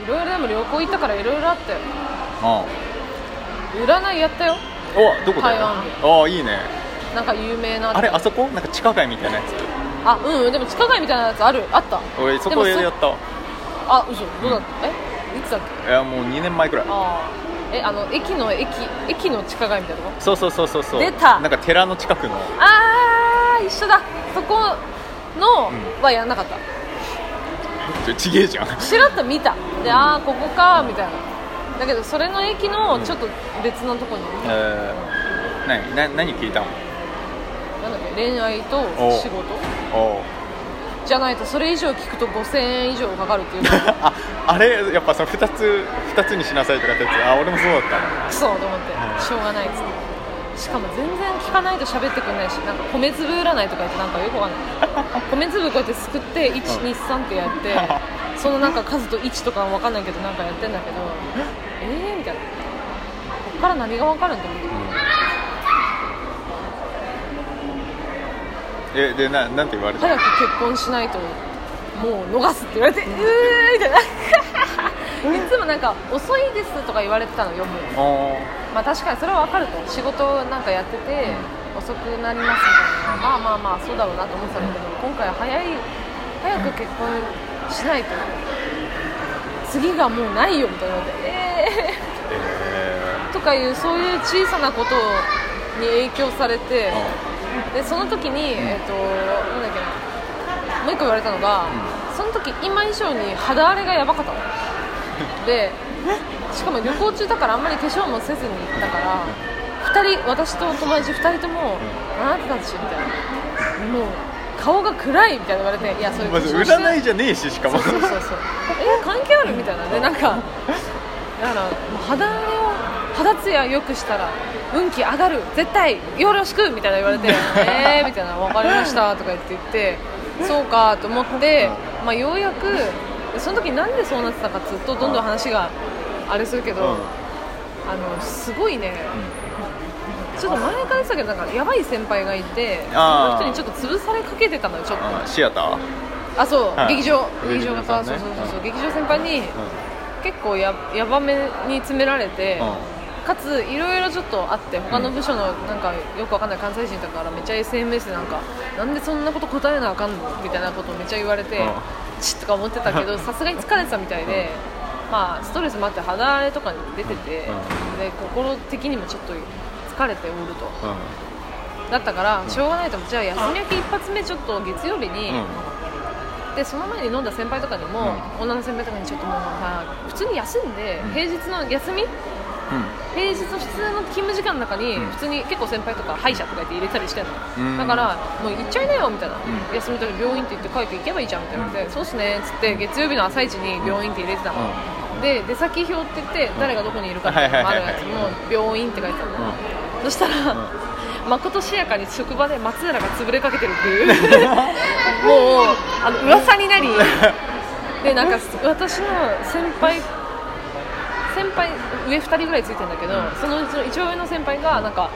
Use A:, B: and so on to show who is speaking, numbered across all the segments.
A: いろいろでも旅行行ったからいろいろあったよ。
B: あ
A: 占いやったよ。
B: お、どこで？
A: 台湾で。
B: ああ、いいね。
A: なんか有名な
B: あれ、あそこなんか地下街みたいなやつ。
A: あ、うん、でも地下街みたいなやつあった。
B: 俺そこでやった。
A: あ、嘘、どうだった、いつだっけ？
B: いや、もう2年前くらい。
A: 駅の地下街みたいなとこ？
B: そう
A: 出た。
B: なんか寺の近くの。
A: 一緒だ。そこのはやんなかった。
B: ちげえじゃん。
A: ちらっと見た。で、ここかみたいな。だけどそれの駅のちょっと別のとこに。
B: 何聞いたの？
A: なんだっけ、恋愛と仕事じゃないとそれ以上聞くと5000円以上かかるっていう
B: あれやっぱその2つにしなさいとかってやつ。俺もそうだった
A: クソと思ってしょうがないっつって。しかも全然聞かないと喋ってくんないし、なんか米粒占いとか言ってなんかよくわかんない米粒こうやってすくって123ってやってそのなんか数と位置とかわかんないけどなんかやってんだけどみたいな、こっから何がわかるんだろう。
B: でなんて言われた？
A: 早く結婚しないともう逃すって言われてみたいないつもなんか遅いですとか言われてたのよ。もうまあ確かにそれは分かると、仕事なんかやってて遅くなりますみたいな、まあそうだろうなと思ってたんだけど、今回は早く結婚しないと次がもうないよみたいなのでとかいうそういう小さなことに影響されて、でその時になんだっけな、もう一個言われたのが、その時今以上に肌荒れがやばかったので、しかも旅行中だからあんまり化粧もせずに行ったから、私と友達2人ともあなたたちみたいな、もう顔が暗いみたいな言われて、いやそれ化粧して
B: 占いじゃねえし、しかも
A: そう関係あるみたいなで、なんかだから肌荒れを肌ツヤ良くしたら運気上がる絶対よろしくみたいな言われてみたいな、分かりましたとか言ってそうかと思って、ようやくその時なんでそうなってたかずっとどんどん話があれするけど、すごいね、ちょっと前から言ってたけどなんかやばい先輩がいて、その人にちょっと潰されかけてたのよ、ちょっと。
B: シアター？そう、
A: 劇場型、そう劇場先輩に結構やばめに詰められて、かついろいろちょっとあって、他の部署のなんかよくわかんない関西人だからめっちゃ SMS でなんでそんなこと答えなあかんのみたいなことをめっちゃ言われて、チッとか思ってたけど、さすがに疲れてたみたいで、ストレスもあって肌荒れとかに出てて、で心的にもちょっと疲れておると、だったからしょうがないと思って、じゃあ休み明け一発目ちょっと月曜日に、でその前に飲んだ先輩とかにも、女の先輩とかにちょっともう普通に休んで、平日の休み、平日の普通の勤務時間の中に普通に結構先輩とか歯医者とか言って入れたりしてんの、だからもう行っちゃいなよみたいな、休みの時病院って言って帰って行けばいいじゃんみたいな言われて、そうっすねっつって月曜日の朝一に病院って入れてたの、で出先表って言って誰がどこにいるかっていうのがあるやつも病院って書いてたの、そしたらまことしやかに職場で松浦が潰れかけてるっていうもう噂になりで、なんか私の先輩上2人ぐらいついてるんだけど、そのうちの一番上の先輩がなんか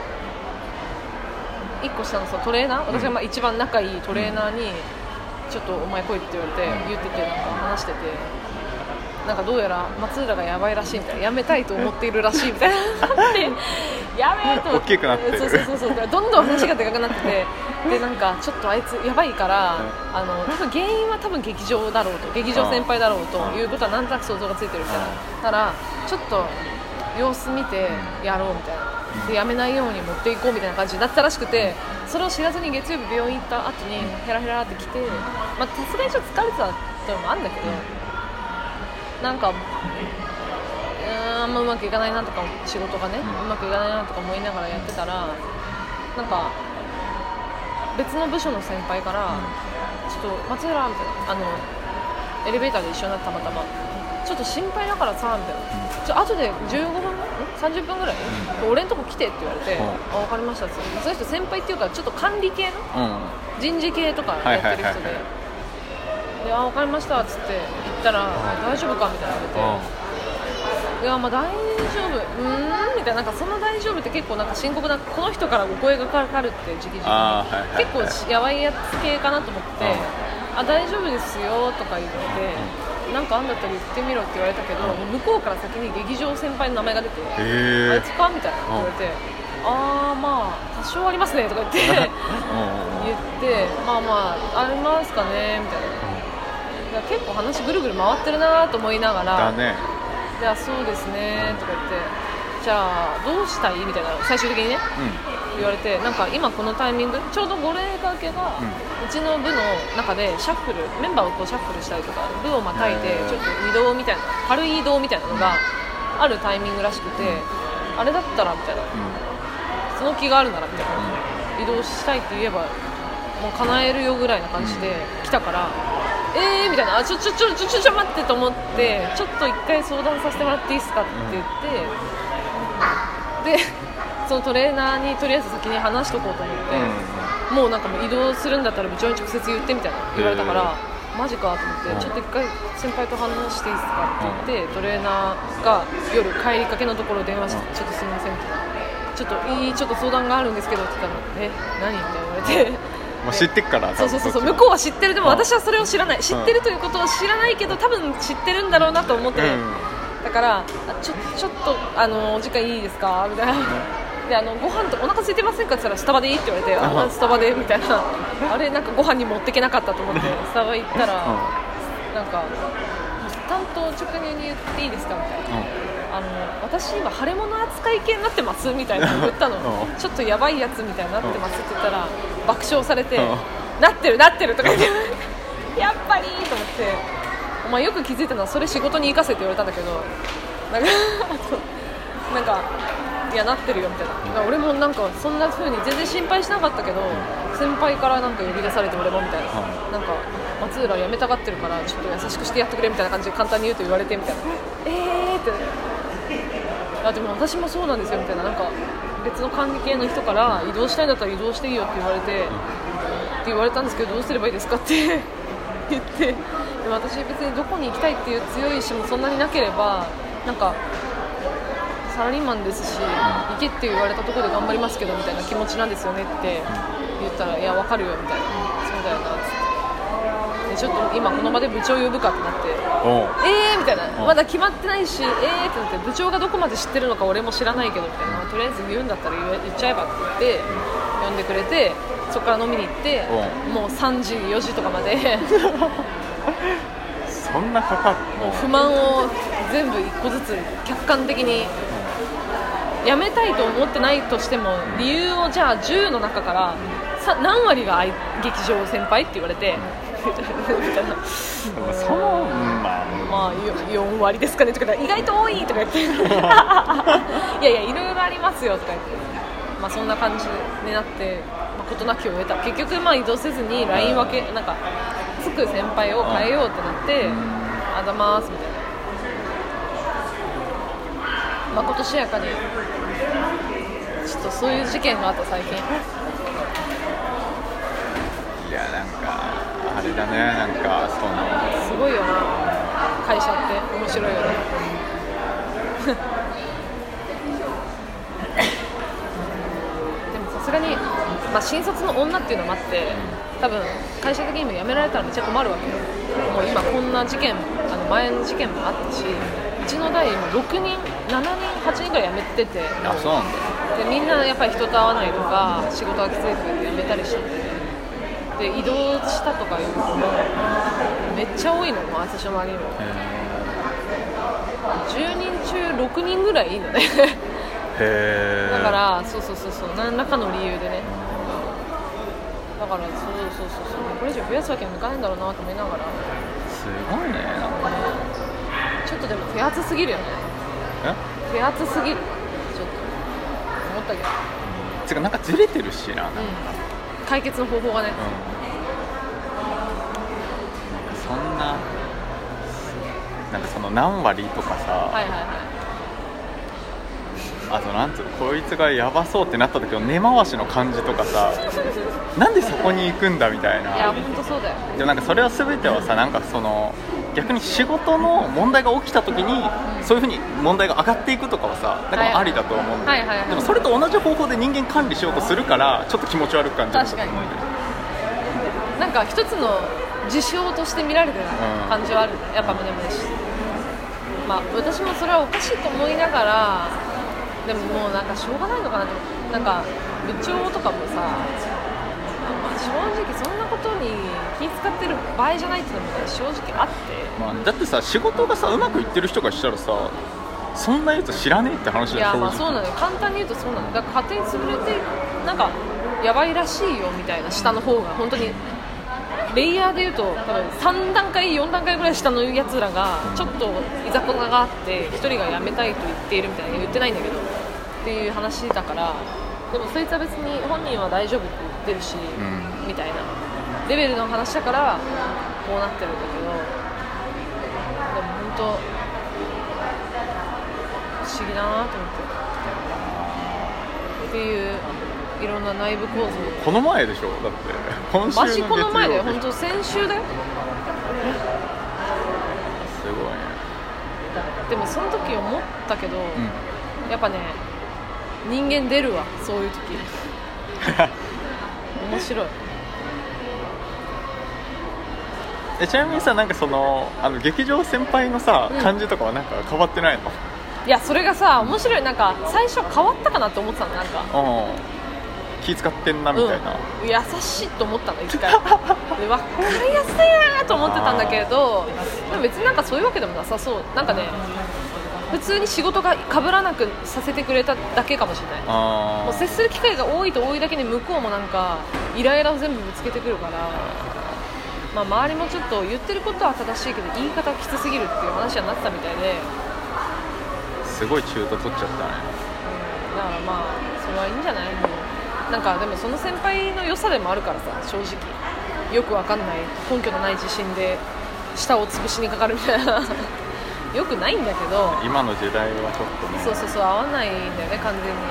A: 1個下のトレーナー、私が一番仲いいトレーナーにちょっとお前来いって言われて言ってて、なんか話してて、なんかどうやら松浦がやばいらしいみたいな、やめたいと思っているらしいみたいなでやめーと思って
B: 大きくなってる、
A: そうどんどん話がでかくなってて、でなんかちょっとあいつやばいから、なんか原因は多分劇場だろうと、劇場先輩だろうということはなんとなく想像がついてるみたいな、だからちょっと様子見てやろうみたいな、でやめないように持っていこうみたいな感じだったらしくて、それを知らずに月曜日病院行った後にヘラヘラって来て、さすがにちょっと疲れてたってのもあるんだけど、なんかあんまうまくいかないなとか、仕事がね、うまくいかないなとか思いながらやってたら、なんか別の部署の先輩からちょっと松浦みたいな、エレベーターで一緒になったたまたま、ちょっと心配だからさみたいな、後で15分30分ぐらい、俺んとこ来てって言われて、分かりましたって。その人先輩っていうかちょっと管理系の、人事系とかやってる人で、で分かりましたっつって言ったら、大丈夫かみたいな言われて、いや大丈夫みたいな、なんかその大丈夫って結構なんか深刻な、この人からお声がかかるって直々に、結構やばいやつ系かなと思って、大丈夫ですよとか言って、 なんかあんだったら言ってみろって言われたけど、向こうから先に劇場先輩の名前が出て、あいつかみたいな言われて、ああまあ多少ありますねとか言って言って、まあまあありますかねみたいな、結構話ぐるぐる回ってるなと思いながら、
B: だね、
A: じゃあそうですねとか言って、じゃあどうしたいみたいな最終的にね、言われて、なんか今このタイミングちょうどゴレがけが、うちの部の中でシャッフルメンバーをこうシャッフルしたりとか部をまたいでちょっと移動みたいな軽い移動みたいなのがあるタイミングらしくて、あれだったらみたいな、その気があるならみたいな、移動したいって言えばもう叶えるよぐらいな感じで来たから、みたいな、ちょ待ってと思って、ちょっと一回相談させてもらっていいですかって言って、でそのトレーナーにとりあえず先に話しとこうと思って、もうなんかもう移動するんだったら部長に直接言ってみたいな言われたから、マジかと思って、ちょっと一回先輩と話していいですかって言って、トレーナーが夜帰りかけのところ電話して、ちょっとすみませんってちょっと相談があるんですけどって言ったら、何みたいな言われて
B: もう知ってっから、
A: そう向こうは知ってる、でも私はそれを知らない、知ってるということを知らないけど多分知ってるんだろうなと思って、だからちょっとお時間いいですかみたいな、でご飯とお腹空いてませんかって言ったらスタバでいいって言われて、スタバでみたいな、あれなんかご飯に持ってけなかったと思ってスタバ行ったら、なんか担当直入に言っていいですかみたいな、私今腫れ物扱い系になってますみたいな言ったのちょっとやばいやつみたいになってますって言ったら爆笑されて、なってるとか言ってやっぱりと思って、お前よく気づいたのはそれ仕事に生かせって言われたんだけど、なんかいやなってるよみたいな、俺もなんかそんな風に全然心配しなかったけど、先輩からなんか呼び出されて俺もみたいな、なんか松浦辞めたがってるからちょっと優しくしてやってくれみたいな感じで簡単に言うと言われてみたいな、ってでも私もそうなんですよみたいな、なんか別の管理系の人から移動したいんだったら移動していいよって言われて、って言われたんですけどどうすればいいですかって言って、でも私別にどこに行きたいっていう強い意志もそんなになければ、なんかサラリーマンですし、行けって言われたところで頑張りますけどみたいな気持ちなんですよねって言ったら、いや分かるよみたいな、そうだよなってで、ちょっと今この場で部長呼ぶかってなって、みたいな、まだ決まってないし、ってなって、部長がどこまで知ってるのか俺も知らないけどみたいな、とりあえず言うんだったら言っちゃえばって言って呼んでくれて、そこから飲みに行って、もう3時4時とかまで
B: そんなかかる、
A: もう不満を全部一個ずつ客観的にやめたいと思ってないとしても、理由をじゃあ10の中から何割が劇場先輩って言われてみたいな、まあ4割ですかねとか、意外と多いとか言っていやいろいろありますよとか言って、まあそんな感じになって、事なきを得た。結局移動せずに LINE 分け、なんかつく先輩を変えようってなって、あざまーすみたいな、まことしやかにちょっとそういう事件があった最近。
B: いやなんかあれだね、なんかその
A: すごいよな、会社って面白いよねでもさすがに、新卒の女っていうのもあって、多分会社的にも辞められたらめっちゃ困るわけよ。もう今こんな事件、前の事件もあったし、うちの代今6人7人8人ぐらい辞めてて、
B: そうなんだ。
A: でみんなやっぱり人と会わないとか仕事がきついとかで辞めたりしてて、で移動したとかいうのもめっちゃ多いのよ、私の周りにも。10人中6人ぐらいいいのねだからそう何らかの理由でね、だからこれ以上増やすわけにもいかないんだろうなと思いながら。
B: すごいね、なんか
A: ちょっとでも手厚すぎるよね。手厚すぎる、ちょっと思ったけど、
B: つかなんかずれてるしな、
A: 解決の方法がね、
B: そんな、なんかその何割とかさ、あとなんつうの、こいつがやばそうってなった時の根回しの感じとかさなんでそこに行くんだみたいな。
A: いや本当そうだよ。
B: でもなんかそれは全てはさ、なんかその逆に仕事の問題が起きた時に、そういう風に問題が上がっていくとかはさ、なんかありだと思うんだよ、でもそれと同じ方法で人間管理しようとするからちょっと気持ち悪く感じるんだと思うんだよ。
A: なんか一つの事象として見られてない感じはあるね、やっぱ胸胸し、まあ私もそれはおかしいと思いながら、でももうなんかしょうがないのかなと、なんか部長とかもさ、まあ、正直そんなことに気使ってる場合じゃないっていうのも、ね、正直あって、
B: まあ、だってさ仕事がさうまくいってる人がしたらさ、そんなやつ知らねえって話だよ。
A: いやまあそうなのよ、簡単に言うとそうなの。だから勝手に潰れてなんかやばいらしいよみたいな、下の方が本当にレイヤーで言うと多分3段階4段階ぐらい下のやつらがちょっといざこざがあって1人が辞めたいと言っているみたいな、言ってないんだけどっていう話だから、でもそいつは別に本人は大丈夫って言ってるし、みたいなレベルの話だからこうなってるんだけど、でも本当不思議だなと思ってっていういろんな内部構造。
B: この前でしょ、だって今週の
A: マジこの前だよ、本当先週だよ。
B: すごいね。
A: でもその時思ったけど、やっぱね人間出るわ、そういう時面白い。
B: ちなみにさ、なんかその劇場先輩のさ、感じとかはなんか変わってないの？
A: いやそれがさ面白い。なんか最初変わったかなって思ってたの、なんか
B: 気使ってんなみたいな、
A: 優しいと思ったの一回で分かりやすいなと思ってたんだけど、でも別になんかそういうわけでもなさそう。なんかね普通に仕事が被らなくさせてくれただけかもしれない。もう接する機会が多いと多いだけに向こうもなんかイライラを全部ぶつけてくるから、まあ、周りもちょっと言ってることは正しいけど言い方がきつすぎるっていう話になってたみたいで、
B: すごい中途取っちゃったね。
A: だからまあそれはいいんじゃない。もうなんかでもその先輩の良さでもあるからさ、正直よくわかんない根拠のない自信で舌を潰しにかかるみたいなよくないんだけど、
B: 今の時代はちょっとね、
A: そう合わないんだよね、完全に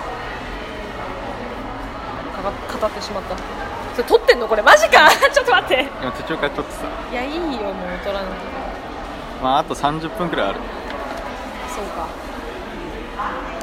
A: 語ってしまった。それ撮ってんのこれマジかちょっと待って、
B: 今途中から撮ってさ。
A: いやいいよもう撮らなくて。
B: まああと30分くらいある。
A: そうか。